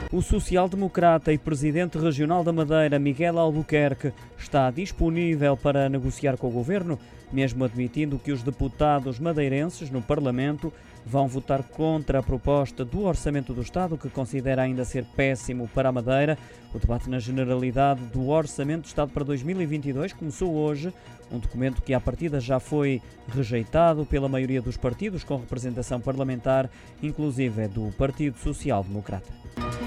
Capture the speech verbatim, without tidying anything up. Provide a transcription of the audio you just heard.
O social-democrata e presidente regional da Madeira, Miguel Albuquerque, está disponível para negociar com o governo, mesmo admitindo que os deputados madeirenses no Parlamento vão votar contra a proposta do Orçamento do Estado, que considera ainda ser péssimo para a Madeira. O debate na generalidade do Orçamento do Estado para dois mil e vinte e dois começou hoje, um documento que à partida já foi rejeitado pela maioria dos partidos com representação parlamentar, inclusive do Partido Social Democrata.